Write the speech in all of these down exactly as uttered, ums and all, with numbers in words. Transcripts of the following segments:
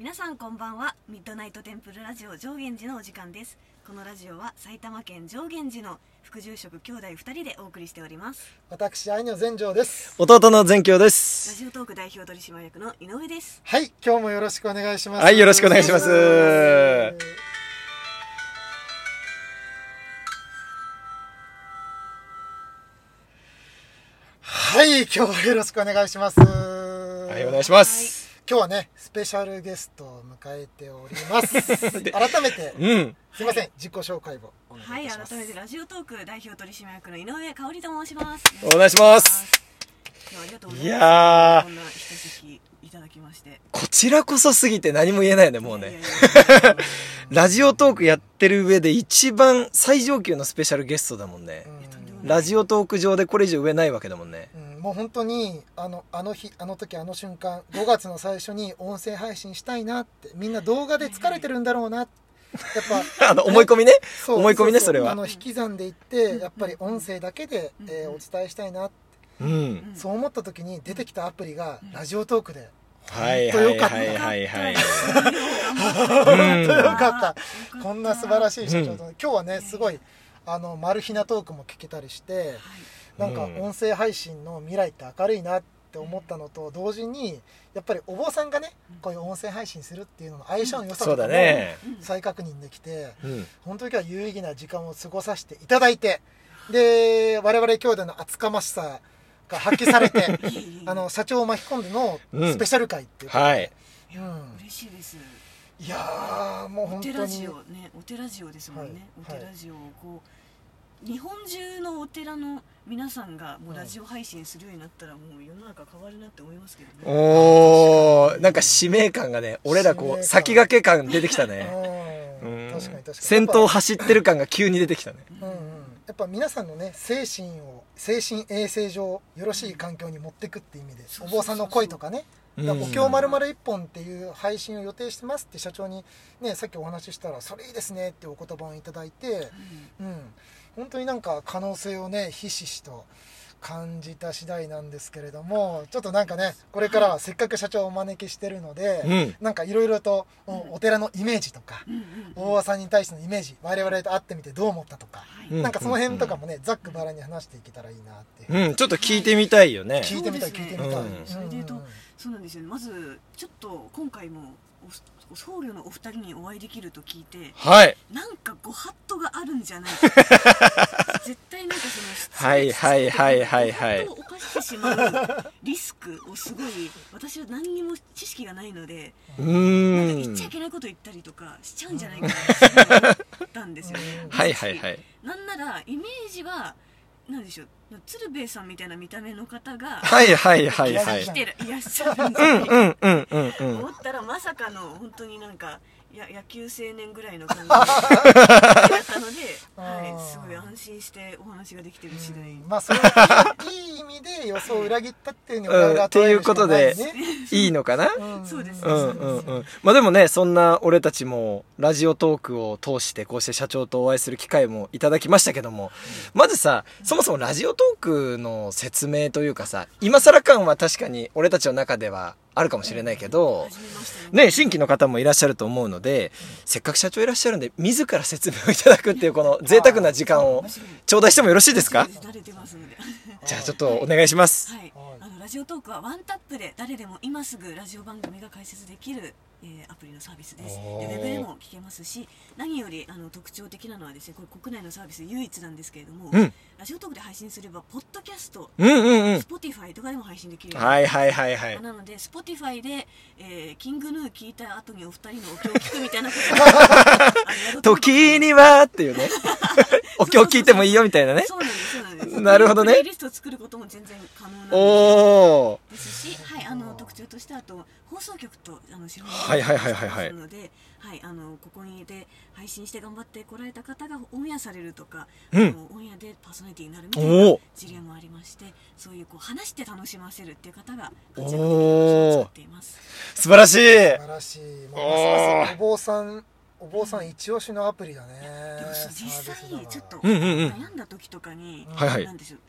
皆さんこんばんは。ミッドナイトテンプルラジオ上元寺のお時間です。このラジオは埼玉県上元寺の副住職兄弟ふたりでお送りしております。 私愛の全城です。 弟の全京でラす。 ジオトーク代表取締役の井上です。 はい、今日もよろしくお願いします。 はい、よろしくお願いします。 はい、今日はよろしくお願いします。はい、お願いします。 今日はね、スペシャルゲストを迎えております。改めて、うん、すいません、自己紹介をお願いします。 はい、改めてラジオトーク代表取締役の井上香織と申します。 お願いします。 今日はありがとうございます。 いやー、 こんな一席いただきまして。 こちらこそすぎて何も言えないよね、もうね。ラジオトークやってる上で一番最上級のスペシャルゲストだもんね。うん、ラジオトーク上でこれ以上上ないわけだもんね。 うん、もう本当にあのあの日あの時あの瞬間ごがつの最初に音声配信したいなって、みんな動画で疲れてるんだろうなって、やっぱあの思い込みね、思い込みね、それはあの引き算でいってやっぱり音声だけで、えー、お伝えしたいなって、うん、そう思った時に出てきたアプリがラジオトークで、 はいはいはいはいはい。 本当よかった。こんな素晴らしい社長と、うん、今日はねすごいあのマル秘なトークも聞けたりして、なんか音声配信の未来って明るいなって思ったのと同時に、やっぱりお坊さんがねこういう音声配信するっていうのの相性の良さとかも再確認できて、うん、本当に今日は有意義な時間を過ごさせていただいて、で我々兄弟の厚かましさが発揮されてあの社長を巻き込んでのスペシャル回っていうことで、うん、はい、 うん、嬉しいです。 いやーもう本当にお寺ジオね、お寺ジオですもんね、はい、お寺ジオをこう日本中のお寺の皆さんがもうラジオ配信するようになったらもう世の中変わるなって思いますけどね。 おー、なんか使命感がね、俺らこう先駆け感出てきたね。 うん、確かに確かに先頭走ってる感が急に出てきたね。うんうん、 やっぱ皆さんのね精神を精神衛生上よろしい環境に持っていくっていう意味で、お坊さんの声とかね、お経丸々一本っていう配信を予定してますって社長にねさっきお話ししたら、それいいですねってお言葉をいただいて、うん、うん、本当になんか可能性をねひしひしと感じた次第なんですけれども、ちょっとなんかねこれからはせっかく社長をお招きしてるので、うん、なんかいろいろとお寺のイメージとか、うん、お坊さんに対してのイメージ、我々と会ってみてどう思ったとか、うん、なんかその辺とかもね、うん、ざっくばらんに話していけたらいいなっていう、 うん、ちょっと聞いてみたいよね。 聞いてみたい、聞いてみたい、うん、 それで言うとそうなんですよね。まずちょっと今回も僧侶のお二人にお会いできると聞いて、 はい、 なんかご法度があるんじゃないか絶対なんかそのはいはいはいはいはい、 ご法度を犯してしまうリスクをすごい、私は何にも知識がないので、うーん、なんか言っちゃいけないこと言ったりとかしちゃうんじゃないかなって思ったんですよね。 はいはいはい。 なんならイメージはなんでしょう、鶴瓶さんみたいな見た目の方がはいはいはいはい、 来てるいらっしゃるんじゃないかうんうんうんうん、 思ったら、まさかの本当になんかや野球青年ぐらいの感じだったので、はい、すごい安心してお話ができてる次第、 まあそれはいい意味で予想を裏切ったっていうのが、うん、 っていうことでいいのかな。 そうですね。 うんうんうん。まあでもね、そんな俺たちもラジオトークを通してこうして社長とお会いする機会もいただきましたけども、うん、まずさ、そもそもラジオトークの説明というかさ、今更感は確かに俺たちの中ではあるかもしれないけど、ね、新規の方もいらっしゃると思うので、せっかく社長いらっしゃるんで自ら説明をいただくっていうこの贅沢な時間を頂戴してもよろしいですか。じゃあちょっとお願いします。 はい、あのラジオトークはワンタップで誰でも今すぐラジオ番組が開設できる、えー、アプリのサービスです。でウェブでも聞けますし、何よりあの特徴的なのはですね、これ国内のサービス唯一なんですけれども、うん、ラジオトークで配信すればポッドキャスト、うんうんうん、Spotify とかでも配信できるようになはいはいはいはい。 なので Spotify で、えー、キングヌー聞いた後にお二人のお経を聞くみたいなこと時にはっていうねお経聞いてもいいよみたいなね。 そうなんですそうなんです。 なるほどね。 プレイリストを作ることも全然可能なんでですし、はい、あの特徴としてあと放送局とあの資本があるので、はい、あのここにで配信して頑張ってこられた方がオンエアされるとか、うん、あのオンエアでパーソナリティになるみたいな事例もありまして、そういうこう話して楽しませるっていう方が活躍できるを作っています。 素晴らしい。 素晴らしい。まあ、お坊さんお坊さん一押しのアプリだね。 でも実際ちょっと悩んだ時とかに、なんでしょう、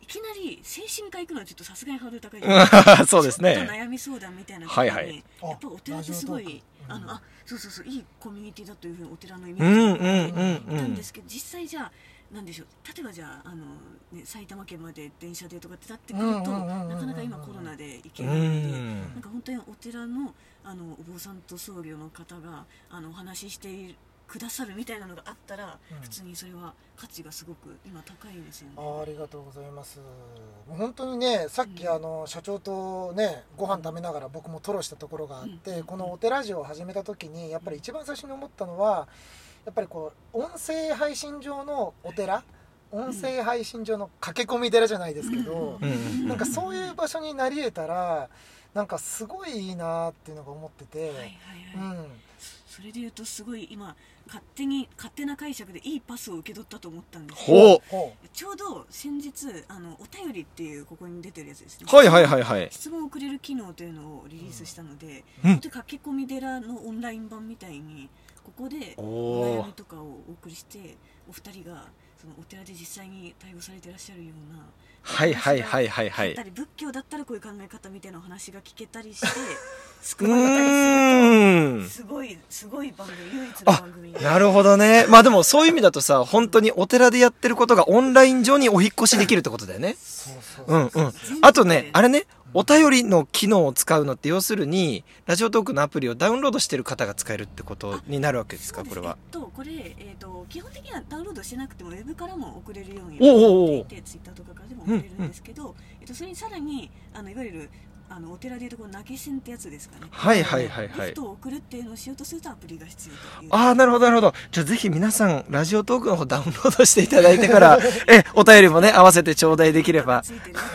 いきなり精神科行くのはちょっとさすがにハードル高いじゃないですか。 そうですね。 ちょっと悩み相談みたいな時に、 はいはい、 やっぱお寺ってすごいあのあそうそうそういいコミュニティだというふうにお寺のイメうんうんージがうんうんいたんですけど、実際じゃあなんでしょう、例えばじゃあ、あの、ね、埼玉県まで電車でとかってなってくるとなかなか今コロナで行けないので、なんか本当にお寺のあのお坊さんと僧侶の方があのお話ししているくださるみたいなのがあったら、うん、普通にそれは価値がすごく今高いですよね。 あ, ありがとうございます。もう本当にね、さっきあの、うん、社長とねご飯食べながら僕もトロしたところがあって、うん、このお寺ジオを始めた時にやっぱり一番最初に思ったのはやっぱりこう音声配信上のお寺、音声配信上の駆け込み寺じゃないですけど、うん、なんかそういう場所になり得たらなんかすごいいいなっていうのが思ってて、はいはいはい、うん、 それでいうとすごい今勝手に勝手な解釈でいいパスを受け取ったと思ったんですけど、ちょうど先日あのお便りっていうここに出てるやつですね、 はいはいはいはい、 質問をくれる機能というのをリリースしたので、 うん、 本当に駆け込み寺のオンライン版みたいにここでお悩みとかをお送りしてお二人がそのお寺で実際に対応されていらっしゃるような、 はいはいはいはいはい、 仏教だったらこういう考え方みたいなお話が聞けたりして救われたりするとすごいすごい番組、唯一の番組。 なるほどね。まあでもそういう意味だとさ、本当にお寺でやってることがオンライン上にお引越しできるってことだよね。うんうん。あとね、あれね、お便りの機能を使うのって要するにラジオトークのアプリをダウンロードしてる方が使えるってことになるわけですか、これは。 えっとこれ、えー、と基本的にはダウンロードしてなくてもウェブからも送れるようになっていて、ツイッターとかからでも送れるんですけど、うんうん、えっとそれにさらにあのいわゆるあのお寺でいうところ投げ銭ってやつですかね。 はいはいはいはい。 ギフトを送るっていうのをしようとするとアプリが必要という。 ああ、なるほどなるほど。じゃあぜひ皆さんラジオトークの方ダウンロードしていただいてからえお便りもね合わせて頂戴できれば。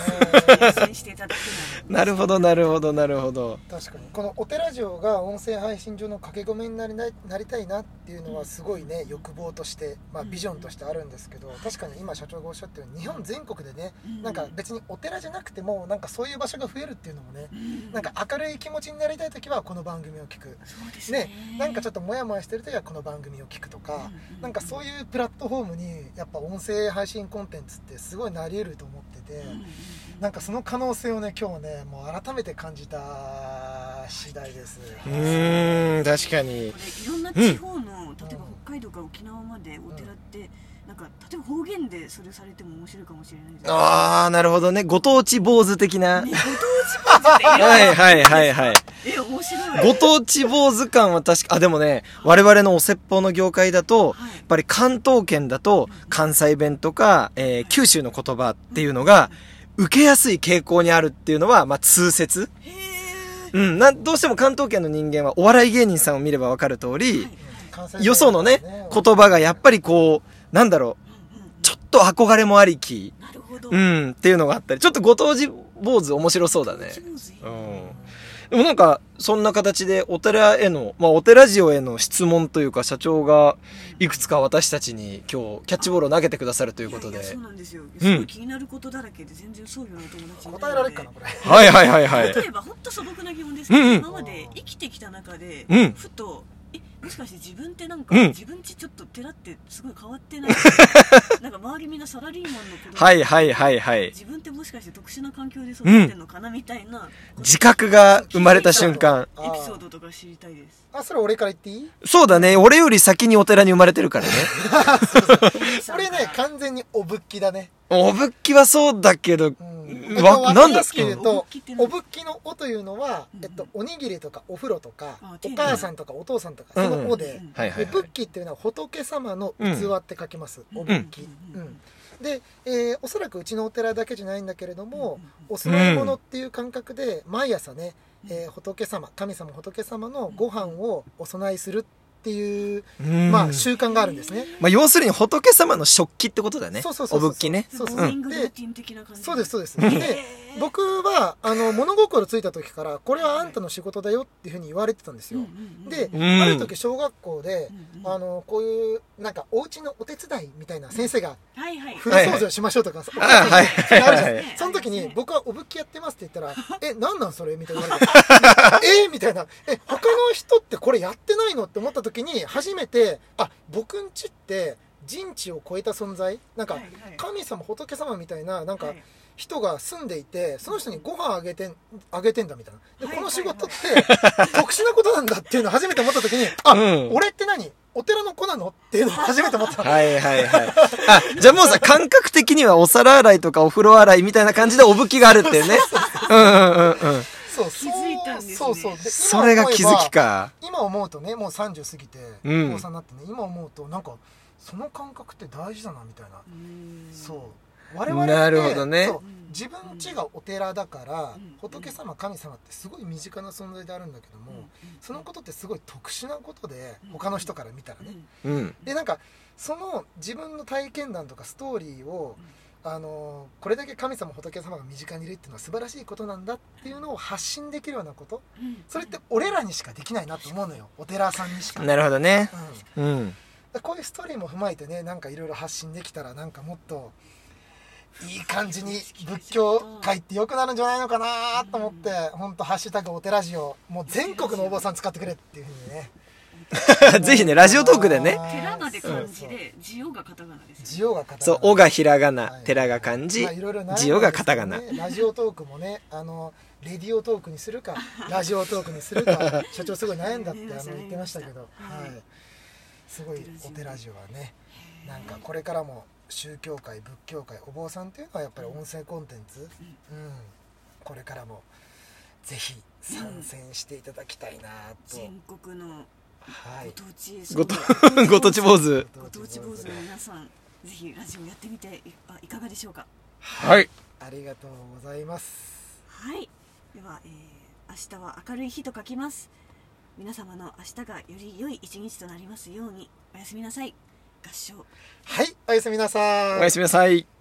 なるほどなるほどなるほど。 確かにこのお寺ジオが音声配信上の駆け込みになりななりたいなっていうのはすごいね、欲望として、まあ、ビジョンとしてあるんですけど、確かに今社長がおっしゃったように日本全国でね、なんか別にお寺じゃなくてもなんかそういう場所が増えるっていうのもね、なんか明るい気持ちになりたいときはこの番組を聞く、 そうですね、 ね、なんかちょっとモヤモヤしてるときはこの番組を聞くとか、なんかそういうプラットフォームにやっぱ音声配信コンテンツってすごいなり得ると思ってて、なんかその可能性をね今日ねもう改めて感じた次第です。 うーん、確かにいろんな地方の、うん、例えば北海道から沖縄までお寺って、うんなんか例えば方言でそれされても面白いかもしれないです。 ああ、なるほどね。ご当地坊主的な、 ね、ご当地坊主ってはいはいはいはい。 え、面白い。 ご当地坊主感は確か、あ、でもね、我々のお説法の業界だと、はい、やっぱり関東圏だと関西弁とか、えー、九州の言葉っていうのが受けやすい傾向にあるっていうのは、まあ通説。うん、などうしても関東圏の人間はお笑い芸人さんを見れば分かる通り、はい、よそのね言葉がやっぱりこうなんだろう、ちょっと憧れもありき、 なるほど、 うん、っていうのがあったり、ちょっとご当地坊主面白そうだね。うん。でもなんか、そんな形でお寺への、まあお寺ジオへの質問というか、社長がいくつか私たちに今日キャッチボールを投げてくださるということで。いやいや、 そうなんですよ。すごい気になることだらけで全然僧侶の友達になるので。 答えられるかな、これ。 はいはいはいはい。 例えば、ほんと素朴な疑問ですけど、うんうん、今まで生きてきた中で、うん、ふと、え、もしかして自分ってなんか、うん、自分ちちょっと寺ってすごい変わってないなんか周りみんなサラリーマンの子供はいはいはいはい。 自分ってもしかして特殊な環境で育ってんのかな、うん、みたいな自覚が生まれた瞬間、 エピソードとか知りたいです。 あ、それ俺から言っていい？ そうだね、俺より先にお寺に生まれてるからね俺ね、完全にお仏記だね。 お仏記はそうだけど、うんわなんだっけ、お仏記のおというのは、えっと、おにぎりとかお風呂とかお母さんとかお父さんとかそのおで、仏記っていうのは仏様の器って書きます、お仏記、うん、で、えー、おそらくうちのお寺だけじゃないんだけれども、お供え物っていう感覚で毎朝ね、えー、仏様神様仏様のご飯をお供えするっていう、まあ、習慣があるんですね。 まあ、要するに仏様の食器ってことだね。 そうそうそうそう。 お仏記ね。 そうそう。うん、で、 そうです、そうです。で、僕は、あの、物心ついた時から、これはあんたの仕事だよっていうふうに言われてたんですよ。で、ある時小学校で、あの、こういう、なんか、お家のお手伝いみたいな先生が、風呂掃除をしましょうとか、あるじゃん。その時に、僕はお仏記やってますって言ったら、え、なんなんそれみたいな。えみたいな。え、他の人ってこれやってないのって思った時に、初めて、あ、僕んちって、人知を超えた存在、なんか神様仏様みたいな、なんか人が住んでいてその人にご飯あげてんあげてんだみたいなで、 はいこの仕事って特殊なことなんだっていうのを初めて思った時にあ、 うん、 俺って何お寺の子なのっていうのを初めて思ったのはいはいはいあじゃあもうさ感覚的にはお皿洗いとかお風呂洗いみたいな感じでおぶきがあるっていうねうんうんうんうんそう気づいたんですねそうそうでそれが気づきか今思うとねもうさんじゅう過ぎてうんお坊さんになってね今思うとなんかその感覚って大事だなみたいなうんそう我々ってなるほどねそう自分家がお寺だからうん仏様神様ってすごい身近な存在であるんだけどもうんそのことってすごい特殊なことで他の人から見たらねうんでなんかその自分の体験談とかストーリーをあのこれだけ神様仏様が身近にいるっていうのは素晴らしいことなんだっていうのを発信できるようなことうんそれって俺らにしかできないなと思うのよお寺さんにしか、 なるほどねうん、 うんこういうストーリーも踏まえてねなんかいろいろ発信できたらなんかもっといい感じに仏教界って良くなるんじゃないのかなと思って本当ハッシュタグお寺ジオもう全国のお坊さん使ってくれっていうふうにねぜひねラジオトークでね寺まで漢字でジオがカタカナですジオがカタカナそう「お」がひらがなはい 「寺」が漢字まあいろいろ悩んだんです 「 けどねジオ」がカタカナラジオトークもねあのレディオトークにするかラジオトークにするか社長すごい悩んだってあの言ってましたけど、はい、すごいお寺ジオはねなんかこれからも宗教界仏教界お坊さんっていうのはやっぱり音声コンテンツ、うんこれからもぜひ参戦していただきたいなと、 全国のはいご当地ごとご当地坊主ご当地坊主の皆さんぜひラジオやってみていあいかがでしょうか。 はいありがとうございます。 はいでは、えー、明日は明るい日と書きます。皆様の明日がより良い一日となりますように。おやすみなさい。合唱はいおやすみなさい。 おやすみなさい。